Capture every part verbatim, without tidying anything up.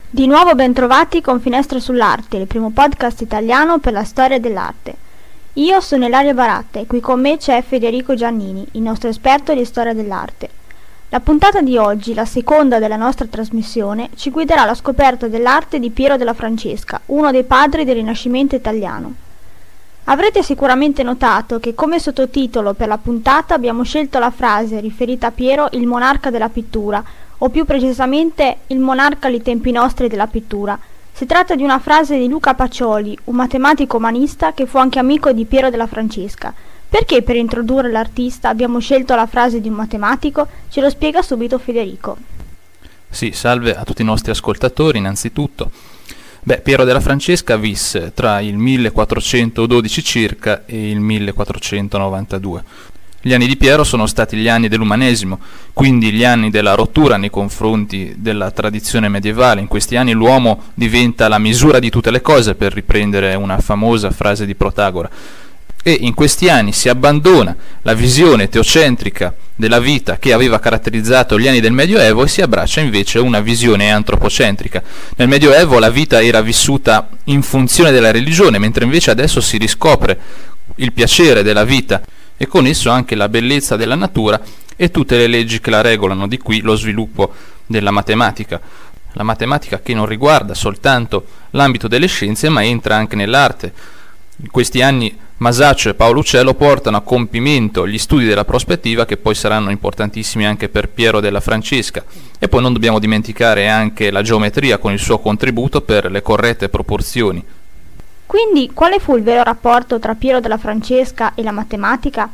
Di nuovo bentrovati con Finestre sull'Arte, il primo podcast italiano per la storia dell'arte. Io sono Ilaria Baratta e qui con me c'è Federico Giannini, il nostro esperto di storia dell'arte. La puntata di oggi, la seconda della nostra trasmissione, ci guiderà alla scoperta dell'arte di Piero della Francesca, uno dei padri del Rinascimento italiano. Avrete sicuramente notato che come sottotitolo per la puntata abbiamo scelto la frase riferita a Piero, il monarca della pittura, o più precisamente il monarca ai tempi nostri della pittura. Si tratta di una frase di Luca Pacioli, un matematico umanista che fu anche amico di Piero della Francesca. Perché per introdurre l'artista abbiamo scelto la frase di un matematico? Ce lo spiega subito Federico. Sì, salve a tutti i nostri ascoltatori innanzitutto. Beh, Piero della Francesca visse tra il millequattrocentododici circa e il millequattrocentonovantadue. Gli anni di Piero sono stati gli anni dell'umanesimo, quindi gli anni della rottura nei confronti della tradizione medievale. In questi anni l'uomo diventa la misura di tutte le cose, per riprendere una famosa frase di Protagora. E in questi anni si abbandona la visione teocentrica della vita che aveva caratterizzato gli anni del Medioevo e si abbraccia invece una visione antropocentrica. Nel Medioevo la vita era vissuta in funzione della religione, mentre invece adesso si riscopre il piacere della vita e con esso anche la bellezza della natura e tutte le leggi che la regolano, di qui lo sviluppo della matematica. La matematica che non riguarda soltanto l'ambito delle scienze, ma entra anche nell'arte. In questi anni Masaccio e Paolo Uccello portano a compimento gli studi della prospettiva, che poi saranno importantissimi anche per Piero della Francesca. E poi non dobbiamo dimenticare anche la geometria con il suo contributo per le corrette proporzioni. Quindi, quale fu il vero rapporto tra Piero della Francesca e la matematica?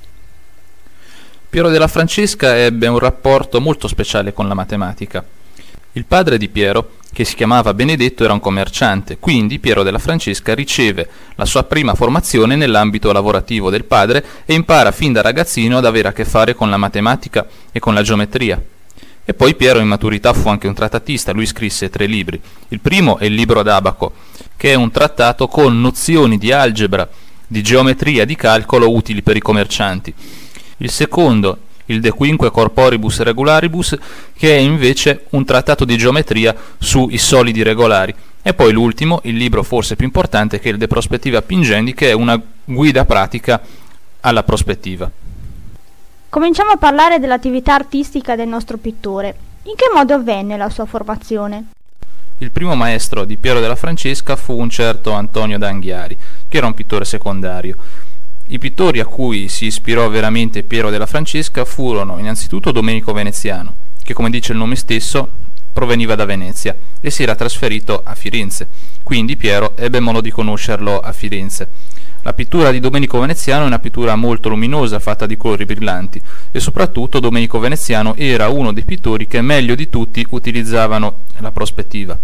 Piero della Francesca ebbe un rapporto molto speciale con la matematica. Il padre di Piero, che si chiamava Benedetto, era un commerciante, quindi Piero della Francesca riceve la sua prima formazione nell'ambito lavorativo del padre e impara fin da ragazzino ad avere a che fare con la matematica e con la geometria. E poi Piero in maturità fu anche un trattatista. Lui scrisse tre libri. Il primo è il libro d'Abaco, che è un trattato con nozioni di algebra, di geometria, di calcolo utili per i commercianti. Il secondo, il De Quinque Corporibus Regularibus, che è invece un trattato di geometria sui solidi regolari. E poi l'ultimo, il libro forse più importante, che è il De Prospettiva Pingendi, che è una guida pratica alla prospettiva. Cominciamo a parlare dell'attività artistica del nostro pittore. In che modo avvenne la sua formazione? Il primo maestro di Piero della Francesca fu un certo Antonio d'Anghiari, che era un pittore secondario. I pittori a cui si ispirò veramente Piero della Francesca furono innanzitutto Domenico Veneziano, che come dice il nome stesso proveniva da Venezia e si era trasferito a Firenze, quindi Piero ebbe modo di conoscerlo a Firenze. La pittura di Domenico Veneziano è una pittura molto luminosa, fatta di colori brillanti, e soprattutto Domenico Veneziano era uno dei pittori che meglio di tutti utilizzavano la prospettiva.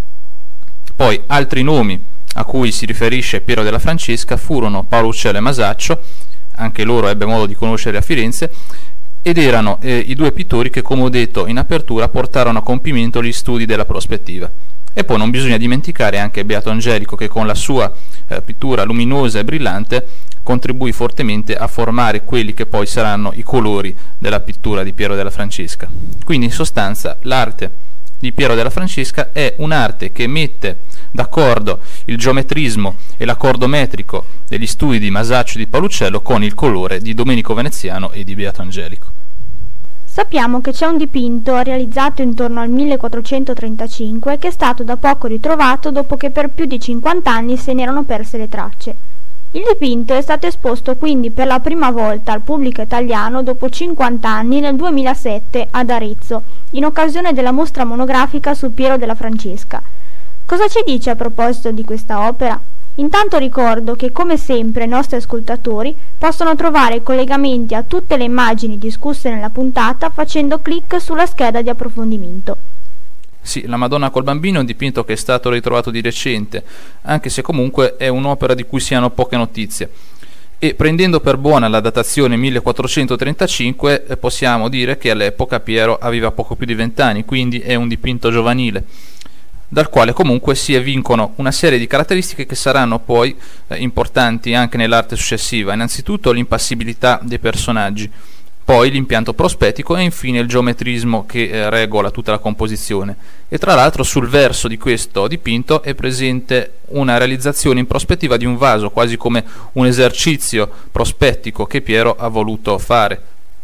Poi altri nomi a cui si riferisce Piero della Francesca furono Paolo Uccello e Masaccio, anche loro ebbe modo di conoscere a Firenze, ed erano eh, i due pittori che, come ho detto in apertura, portarono a compimento gli studi della prospettiva. E poi non bisogna dimenticare anche Beato Angelico, che con la sua eh, pittura luminosa e brillante contribuì fortemente a formare quelli che poi saranno i colori della pittura di Piero della Francesca. Quindi in sostanza l'arte di Piero della Francesca è un'arte che mette d'accordo il geometrismo e l'accordo metrico degli studi di Masaccio e di Paolo Uccello con il colore di Domenico Veneziano e di Beato Angelico. Sappiamo che c'è un dipinto realizzato intorno al millequattrocentotrentacinque che è stato da poco ritrovato dopo che per più di cinquanta anni se ne erano perse le tracce. Il dipinto è stato esposto quindi per la prima volta al pubblico italiano dopo cinquanta anni nel duemilasette ad Arezzo, in occasione della mostra monografica su Piero della Francesca. Cosa ci dice a proposito di questa opera? Intanto ricordo che, come sempre, i nostri ascoltatori possono trovare collegamenti a tutte le immagini discusse nella puntata facendo clic sulla scheda di approfondimento. Sì, la Madonna col Bambino è un dipinto che è stato ritrovato di recente, anche se comunque è un'opera di cui si hanno poche notizie. E prendendo per buona la datazione millequattrocentotrentacinque, eh, possiamo dire che all'epoca Piero aveva poco più di vent'anni, quindi è un dipinto giovanile, dal quale comunque si evincono una serie di caratteristiche che saranno poi eh, importanti anche nell'arte successiva. Innanzitutto l'impassibilità dei personaggi. poi l'impianto prospettico e infine il geometrismo che eh, regola tutta la composizione. E tra l'altro sul verso di questo dipinto è presente una realizzazione in prospettiva di un vaso, quasi come un esercizio prospettico che Piero ha voluto fare.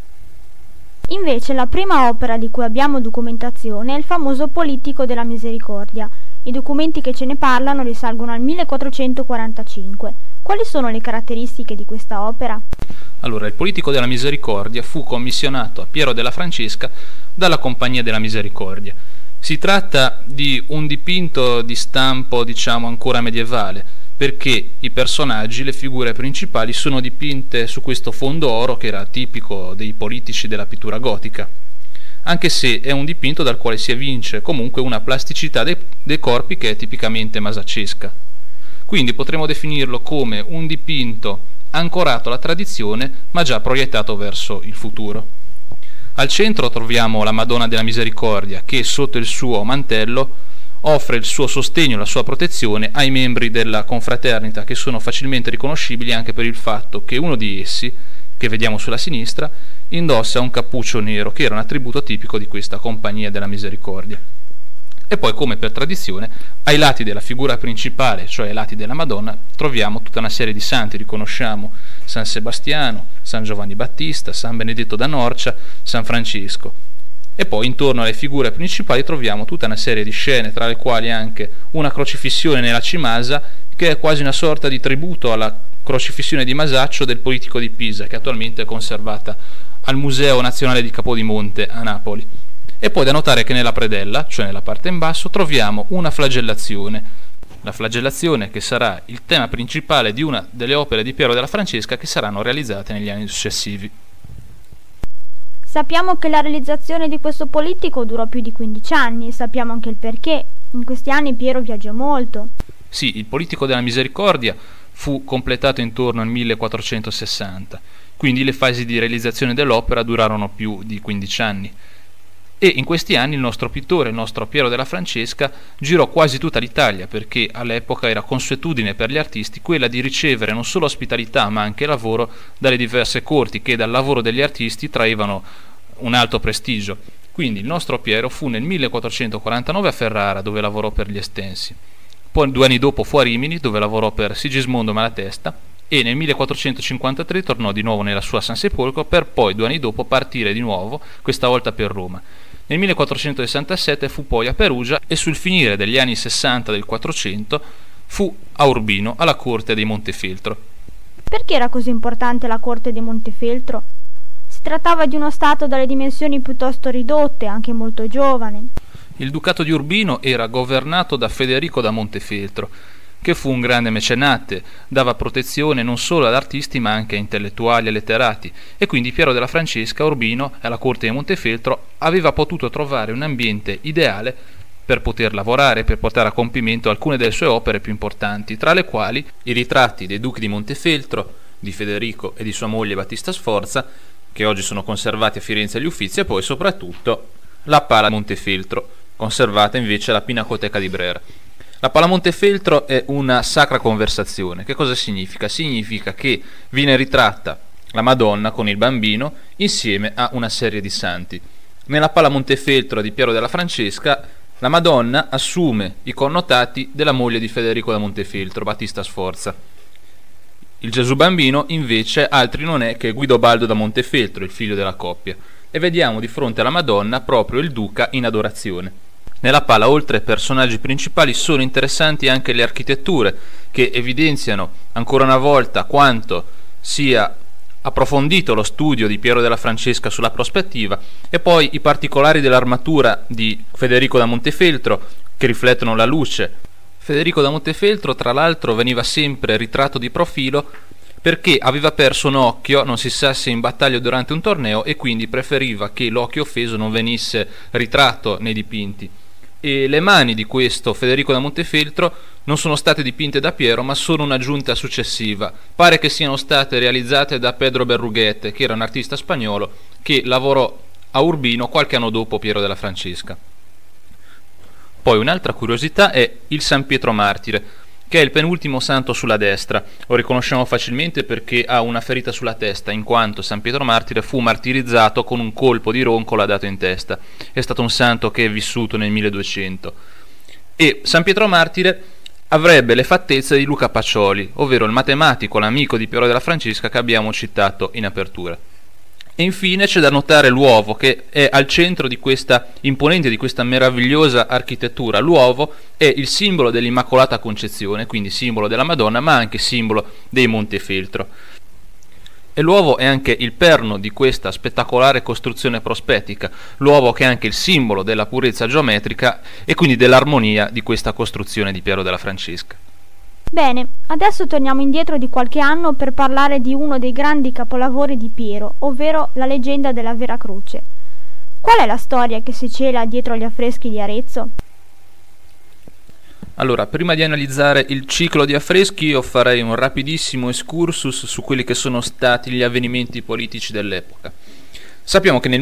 Invece la prima opera di cui abbiamo documentazione è il famoso Politico della Misericordia. I documenti che ce ne parlano risalgono al millequattrocentoquarantacinque. Quali sono le caratteristiche di questa opera? Allora, il Politico della Misericordia fu commissionato a Piero della Francesca dalla Compagnia della Misericordia. Si tratta di un dipinto di stampo, diciamo, ancora medievale, perché i personaggi, le figure principali, sono dipinte su questo fondo oro che era tipico dei politici della pittura gotica, anche se è un dipinto dal quale si evince comunque una plasticità dei, dei corpi che è tipicamente masaccesca. Quindi potremmo definirlo come un dipinto ancorato alla tradizione ma già proiettato verso il futuro. Al centro troviamo la Madonna della Misericordia che sotto il suo mantello offre il suo sostegno e la sua protezione ai membri della confraternita, che sono facilmente riconoscibili anche per il fatto che uno di essi, che vediamo sulla sinistra, indossa un cappuccio nero che era un attributo tipico di questa Compagnia della Misericordia. E poi, come per tradizione, ai lati della figura principale, cioè ai lati della Madonna, troviamo tutta una serie di santi. Riconosciamo San Sebastiano, San Giovanni Battista, San Benedetto da Norcia, San Francesco. E poi intorno alle figure principali troviamo tutta una serie di scene, tra le quali anche una crocifissione nella Cimasa, che è quasi una sorta di tributo alla crocifissione di Masaccio del politico di Pisa, che attualmente è conservata al Museo Nazionale di Capodimonte a Napoli. E poi da notare che nella predella, cioè nella parte in basso, troviamo una flagellazione. La flagellazione che sarà il tema principale di una delle opere di Piero della Francesca che saranno realizzate negli anni successivi. Sappiamo che la realizzazione di questo politico durò più di quindici anni e sappiamo anche il perché. In questi anni Piero viaggiò molto. Sì, il Politico della Misericordia fu completato intorno al millequattrocentosessanta, quindi le fasi di realizzazione dell'opera durarono più di quindici anni. E in questi anni il nostro pittore, il nostro Piero della Francesca, girò quasi tutta l'Italia, perché all'epoca era consuetudine per gli artisti quella di ricevere non solo ospitalità ma anche lavoro dalle diverse corti, che dal lavoro degli artisti traevano un alto prestigio. Quindi il nostro Piero fu nel millequattrocentoquarantanove a Ferrara, dove lavorò per gli Estensi. Poi due anni dopo fu a Rimini, dove lavorò per Sigismondo Malatesta, e nel millequattrocentocinquantatré tornò di nuovo nella sua San Sepolcro, per poi due anni dopo partire di nuovo, questa volta per Roma. Nel millequattrocentosessantasette fu poi a Perugia e sul finire degli anni sessanta del quattrocento fu a Urbino, alla corte dei Montefeltro. Perché era così importante la corte dei Montefeltro? Si trattava di uno stato dalle dimensioni piuttosto ridotte, anche molto giovane. Il ducato di Urbino era governato da Federico da Montefeltro, che fu un grande mecenate, dava protezione non solo ad artisti ma anche a intellettuali e letterati, e quindi Piero della Francesca a Urbino, alla corte di Montefeltro, aveva potuto trovare un ambiente ideale per poter lavorare, per portare a compimento alcune delle sue opere più importanti, tra le quali i ritratti dei duchi di Montefeltro, di Federico e di sua moglie Battista Sforza, che oggi sono conservati a Firenze agli Uffizi, e poi soprattutto la Pala Montefeltro, conservata invece alla Pinacoteca di Brera. La Pala Montefeltro è una sacra conversazione. Che cosa significa? Significa che viene ritratta la Madonna con il bambino insieme a una serie di santi. Nella Pala Montefeltro di Piero della Francesca la Madonna assume i connotati della moglie di Federico da Montefeltro, Battista Sforza. Il Gesù bambino invece altri non è che Guidobaldo da Montefeltro, il figlio della coppia, e vediamo di fronte alla Madonna proprio il duca in adorazione. Nella pala, oltre ai personaggi principali, sono interessanti anche le architetture, che evidenziano ancora una volta quanto sia approfondito lo studio di Piero della Francesca sulla prospettiva, e poi i particolari dell'armatura di Federico da Montefeltro che riflettono la luce. Federico da Montefeltro, tra l'altro, veniva sempre ritratto di profilo perché aveva perso un occhio, non si sa se in battaglia o durante un torneo, e quindi preferiva che l'occhio offeso non venisse ritratto nei dipinti. E le mani di questo Federico da Montefeltro non sono state dipinte da Piero, ma sono un'aggiunta successiva. Pare che siano state realizzate da Pedro Berruguete, che era un artista spagnolo che lavorò a Urbino qualche anno dopo Piero della Francesca. Poi un'altra curiosità è il San Pietro Martire, che è il penultimo santo sulla destra. Lo riconosciamo facilmente perché ha una ferita sulla testa, in quanto San Pietro Martire fu martirizzato con un colpo di roncola dato in testa. È stato un santo che è vissuto nel milleduecento. E San Pietro Martire avrebbe le fattezze di Luca Pacioli, ovvero il matematico, l'amico di Piero della Francesca che abbiamo citato in apertura. E infine c'è da notare l'uovo, che è al centro di questa imponente, di questa meravigliosa architettura. L'uovo è il simbolo dell'Immacolata Concezione, quindi simbolo della Madonna, ma anche simbolo dei Montefeltro. E l'uovo è anche il perno di questa spettacolare costruzione prospettica, l'uovo che è anche il simbolo della purezza geometrica e quindi dell'armonia di questa costruzione di Piero della Francesca. Bene, adesso torniamo indietro di qualche anno per parlare di uno dei grandi capolavori di Piero, ovvero la leggenda della Vera Croce. Qual è la storia che si cela dietro gli affreschi di Arezzo? Allora, prima di analizzare il ciclo di affreschi io farei un rapidissimo excursus su quelli che sono stati gli avvenimenti politici dell'epoca. Sappiamo che nel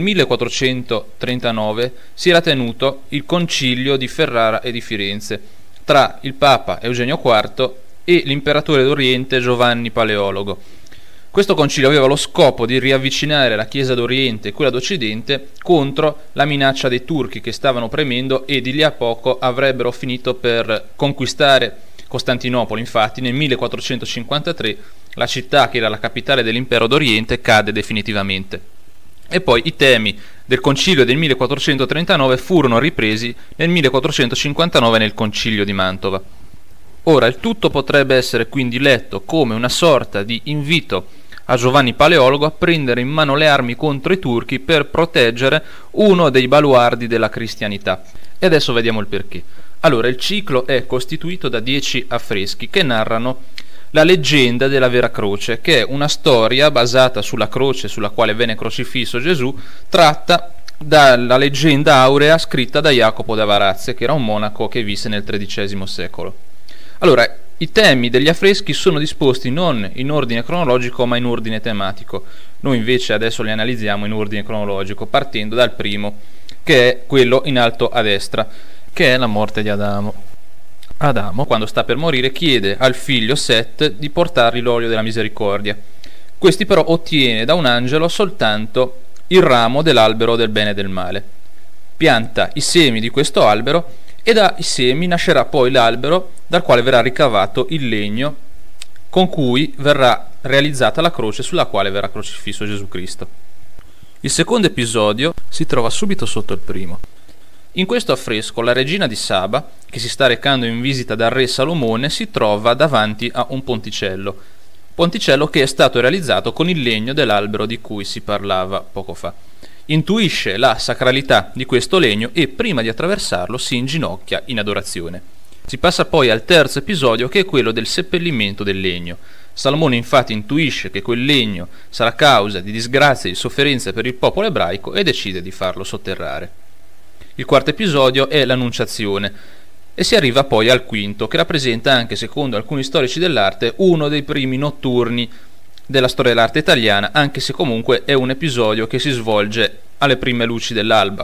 millequattrocentotrentanove si era tenuto il concilio di Ferrara e di Firenze tra il Papa Eugenio quarto e l'imperatore d'Oriente Giovanni Paleologo. Questo concilio aveva lo scopo di riavvicinare la Chiesa d'Oriente e quella d'Occidente contro la minaccia dei turchi che stavano premendo e di lì a poco avrebbero finito per conquistare Costantinopoli. Infatti nel millequattrocentocinquantatré la città che era la capitale dell'impero d'Oriente cade definitivamente. E poi i temi del concilio del millequattrocentotrentanove furono ripresi nel millequattrocentocinquantanove nel concilio di Mantova. Ora il tutto potrebbe essere quindi letto come una sorta di invito a Giovanni Paleologo a prendere in mano le armi contro i turchi per proteggere uno dei baluardi della cristianità. E adesso vediamo il perché. Allora, il ciclo è costituito da dieci affreschi che narrano la leggenda della Vera Croce, che è una storia basata sulla croce sulla quale venne crocifisso Gesù, tratta dalla leggenda aurea scritta da Jacopo da Varazze, che era un monaco che visse nel tredicesimo secolo. Allora, i temi degli affreschi sono disposti non in ordine cronologico ma in ordine tematico. Noi invece adesso li analizziamo in ordine cronologico, partendo dal primo, che è quello in alto a destra, che è la morte di Adamo. Adamo, quando sta per morire, chiede al figlio Set di portargli l'olio della misericordia. Questi però ottiene da un angelo soltanto il ramo dell'albero del bene e del male. Pianta i semi di questo albero e dai semi nascerà poi l'albero dal quale verrà ricavato il legno con cui verrà realizzata la croce sulla quale verrà crocifisso Gesù Cristo. Il secondo episodio si trova subito sotto il primo. In questo affresco la regina di Saba, che si sta recando in visita dal re Salomone, si trova davanti a un ponticello, ponticello che è stato realizzato con il legno dell'albero di cui si parlava poco fa. Intuisce la sacralità di questo legno e prima di attraversarlo si inginocchia in adorazione. Si passa poi al terzo episodio, che è quello del seppellimento del legno. Salomone infatti intuisce che quel legno sarà causa di disgrazie e di sofferenze per il popolo ebraico e decide di farlo sotterrare. Il quarto episodio è l'Annunciazione e si arriva poi al quinto, che rappresenta anche, secondo alcuni storici dell'arte, uno dei primi notturni della storia dell'arte italiana, anche se comunque è un episodio che si svolge alle prime luci dell'alba.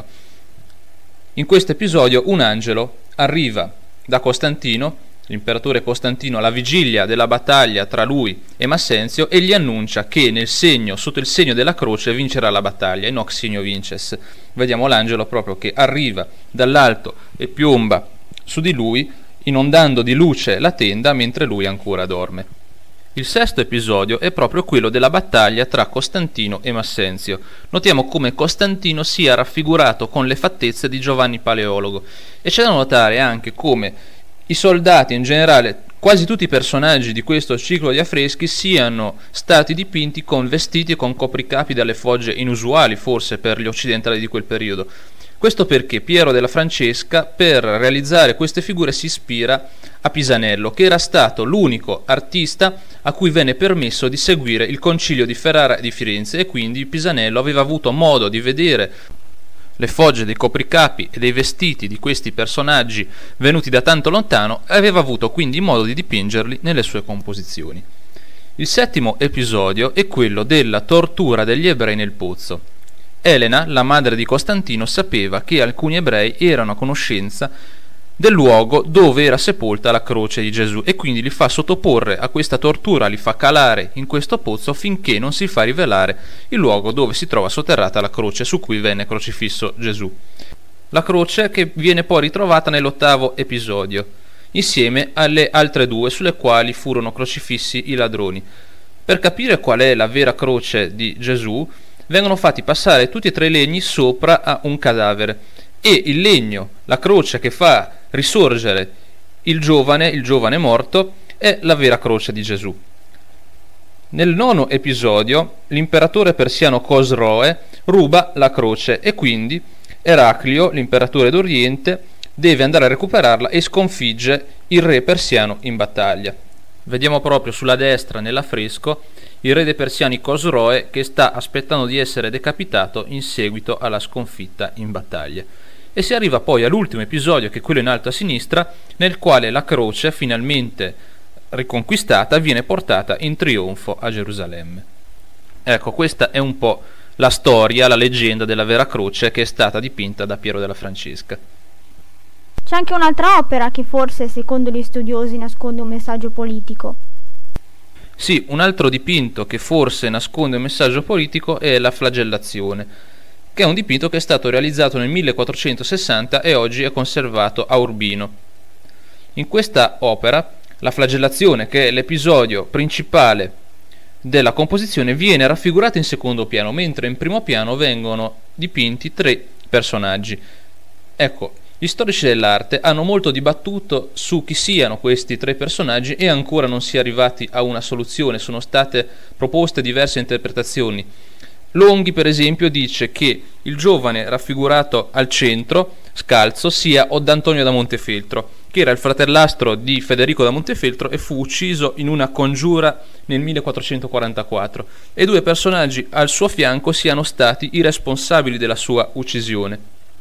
In questo episodio un angelo arriva da Costantino, l'imperatore Costantino, alla vigilia della battaglia tra lui e Massenzio, e gli annuncia che nel segno, sotto il segno della croce, vincerà la battaglia, in hoc signo vinces. Vediamo l'angelo proprio che arriva dall'alto e piomba su di lui, inondando di luce la tenda mentre lui ancora dorme. Il sesto episodio è proprio quello della battaglia tra Costantino e Massenzio. Notiamo come Costantino sia raffigurato con le fattezze di Giovanni Paleologo, e c'è da notare anche come i soldati, in generale quasi tutti i personaggi di questo ciclo di affreschi, siano stati dipinti con vestiti e con copricapi dalle fogge inusuali forse per gli occidentali di quel periodo. Questo perché Piero della Francesca, per realizzare queste figure, si ispira a Pisanello, che era stato l'unico artista a cui venne permesso di seguire il concilio di Ferrara e di Firenze, e quindi Pisanello aveva avuto modo di vedere le fogge dei copricapi e dei vestiti di questi personaggi venuti da tanto lontano e aveva avuto quindi modo di dipingerli nelle sue composizioni. Il settimo episodio è quello della tortura degli ebrei nel pozzo. Elena, la madre di Costantino, sapeva che alcuni ebrei erano a conoscenza del luogo dove era sepolta la croce di Gesù, e quindi li fa sottoporre a questa tortura, li fa calare in questo pozzo finché non si fa rivelare il luogo dove si trova sotterrata la croce su cui venne crocifisso Gesù. La croce che viene poi ritrovata nell'ottavo episodio, insieme alle altre due sulle quali furono crocifissi i ladroni. Per capire qual è la vera croce di Gesù, vengono fatti passare tutti e tre i legni sopra a un cadavere, e il legno, la croce che fa risorgere il giovane, il giovane morto, è la vera croce di Gesù. Nel nono episodio, l'imperatore persiano Cosroe ruba la croce e quindi Eraclio, l'imperatore d'Oriente, deve andare a recuperarla e sconfigge il re persiano in battaglia. Vediamo proprio sulla destra nell'affresco il re dei persiani Cosroe che sta aspettando di essere decapitato in seguito alla sconfitta in battaglia. E si arriva poi all'ultimo episodio, che è quello in alto a sinistra, nel quale la croce, finalmente riconquistata, viene portata in trionfo a Gerusalemme. Ecco, questa è un po' la storia, la leggenda della vera croce che è stata dipinta da Piero della Francesca. C'è anche un'altra opera che forse, secondo gli studiosi, nasconde un messaggio politico. Sì, un altro dipinto che forse nasconde un messaggio politico è la Flagellazione, che è un dipinto che è stato realizzato nel millequattrocentosessanta e oggi è conservato a Urbino. In questa opera, la Flagellazione, che è l'episodio principale della composizione, viene raffigurata in secondo piano, mentre in primo piano vengono dipinti tre personaggi. Ecco, gli storici dell'arte hanno molto dibattuto su chi siano questi tre personaggi e ancora non si è arrivati a una soluzione, sono state proposte diverse interpretazioni. Longhi, per esempio, dice che il giovane raffigurato al centro, scalzo, sia Odd'Antonio da Montefeltro, che era il fratellastro di Federico da Montefeltro e fu ucciso in una congiura nel millequattrocentoquarantaquattro, e due personaggi al suo fianco siano stati i responsabili della sua uccisione.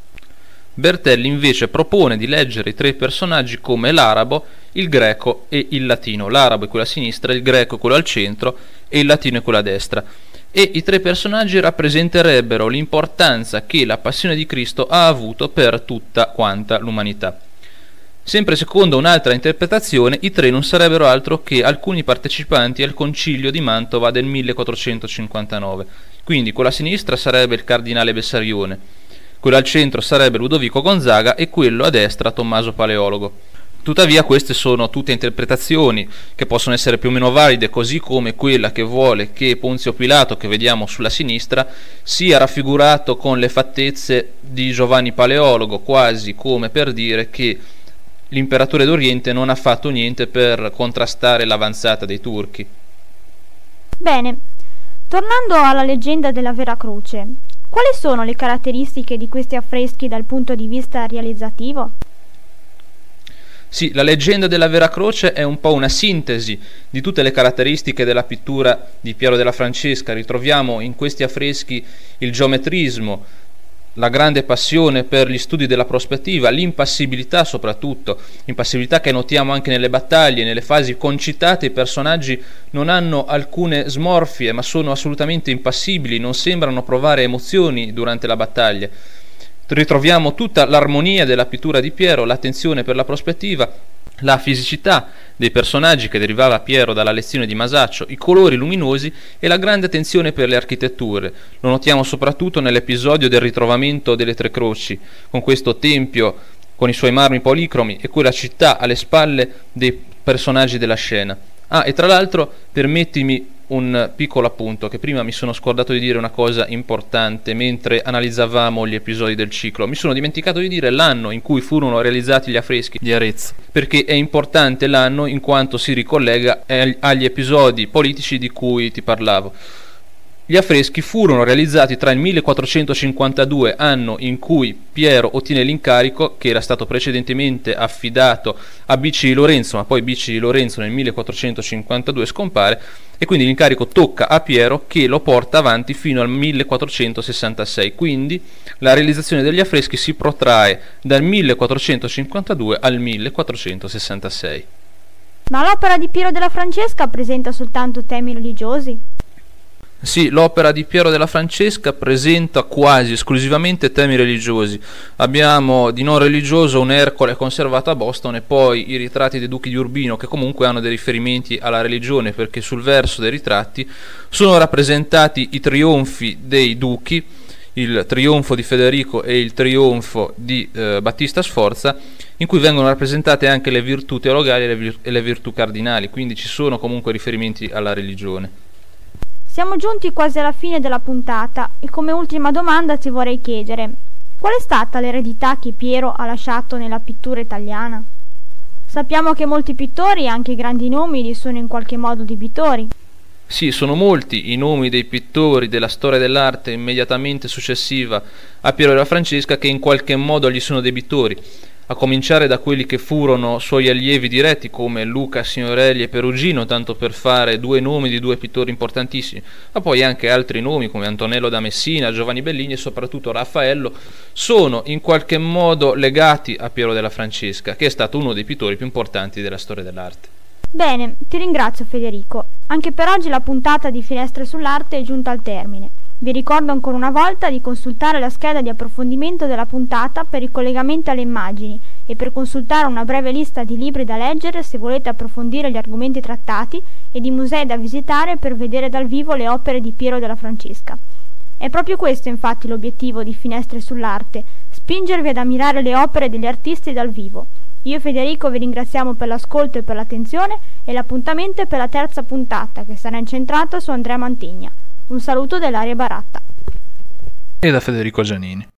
Bertelli invece propone di leggere i tre personaggi come l'arabo, il greco e il latino. L'arabo è quello a sinistra, il greco è quello al centro e il latino è quello a destra. E i tre personaggi rappresenterebbero l'importanza che la passione di Cristo ha avuto per tutta quanta l'umanità. Sempre secondo un'altra interpretazione, i tre non sarebbero altro che alcuni partecipanti al concilio di Mantova del millequattrocentocinquantanove. Quindi quello a sinistra sarebbe il cardinale Bessarione, quello al centro sarebbe Ludovico Gonzaga e quello a destra Tommaso Paleologo. Tuttavia queste sono tutte interpretazioni che possono essere più o meno valide, così come quella che vuole che Ponzio Pilato, che vediamo sulla sinistra, sia raffigurato con le fattezze di Giovanni Paleologo, quasi come per dire che l'imperatore d'Oriente non ha fatto niente per contrastare l'avanzata dei turchi. Bene, tornando alla leggenda della Vera Croce, quali sono le caratteristiche di questi affreschi dal punto di vista realizzativo? Sì, la leggenda della Vera Croce è un po' una sintesi di tutte le caratteristiche della pittura di Piero della Francesca. Ritroviamo in questi affreschi il geometrismo, la grande passione per gli studi della prospettiva, l'impassibilità soprattutto, impassibilità che notiamo anche nelle battaglie, nelle fasi concitate. I personaggi non hanno alcune smorfie, ma sono assolutamente impassibili, non sembrano provare emozioni durante la battaglia. Ritroviamo tutta l'armonia della pittura di Piero, l'attenzione per la prospettiva, la fisicità dei personaggi che derivava Piero dalla lezione di Masaccio, i colori luminosi e la grande attenzione per le architetture. Lo notiamo soprattutto nell'episodio del ritrovamento delle tre croci, con questo tempio con i suoi marmi policromi e quella città alle spalle dei personaggi della scena. Ah, e tra l'altro permettimi un piccolo appunto, che prima mi sono scordato di dire una cosa importante mentre analizzavamo gli episodi del ciclo. Mi sono dimenticato di dire l'anno in cui furono realizzati gli affreschi di Arezzo, perché è importante l'anno in quanto si ricollega agli episodi politici di cui ti parlavo. Gli affreschi furono realizzati tra il millequattrocentocinquantadue, anno in cui Piero ottiene l'incarico, che era stato precedentemente affidato a Bici di Lorenzo, ma poi Bici di Lorenzo nel millequattrocentocinquantadue scompare, e quindi l'incarico tocca a Piero, che lo porta avanti fino al millequattrocentosessantasei. Quindi la realizzazione degli affreschi si protrae dal millequattrocentocinquantadue al millequattrocentosessantasei. Ma l'opera di Piero della Francesca presenta soltanto temi religiosi? Sì, l'opera di Piero della Francesca presenta quasi esclusivamente temi religiosi. Abbiamo di non religioso un Ercole conservato a Boston e poi i ritratti dei duchi di Urbino, che comunque hanno dei riferimenti alla religione, perché sul verso dei ritratti sono rappresentati i trionfi dei duchi, il trionfo di Federico e il trionfo di eh, Battista Sforza, in cui vengono rappresentate anche le virtù teologali e le, vir- e le virtù cardinali, quindi ci sono comunque riferimenti alla religione. Siamo giunti quasi alla fine della puntata e come ultima domanda ti vorrei chiedere: qual è stata l'eredità che Piero ha lasciato nella pittura italiana? Sappiamo che molti pittori, anche grandi nomi, gli sono in qualche modo debitori. Sì, sono molti i nomi dei pittori della storia dell'arte immediatamente successiva a Piero della Francesca che in qualche modo gli sono debitori, a cominciare da quelli che furono suoi allievi diretti come Luca Signorelli e Perugino, tanto per fare due nomi di due pittori importantissimi, ma poi anche altri nomi come Antonello da Messina, Giovanni Bellini e soprattutto Raffaello sono in qualche modo legati a Piero della Francesca, che è stato uno dei pittori più importanti della storia dell'arte. Bene, ti ringrazio Federico. Anche per oggi la puntata di Finestre sull'Arte è giunta al termine. Vi ricordo ancora una volta di consultare la scheda di approfondimento della puntata per i collegamenti alle immagini e per consultare una breve lista di libri da leggere se volete approfondire gli argomenti trattati e di musei da visitare per vedere dal vivo le opere di Piero della Francesca. È proprio questo infatti l'obiettivo di Finestre sull'Arte, spingervi ad ammirare le opere degli artisti dal vivo. Io e Federico vi ringraziamo per l'ascolto e per l'attenzione e l'appuntamento è per la terza puntata che sarà incentrata su Andrea Mantegna. Un saluto dell'Aria Baratta e da Federico Giannini.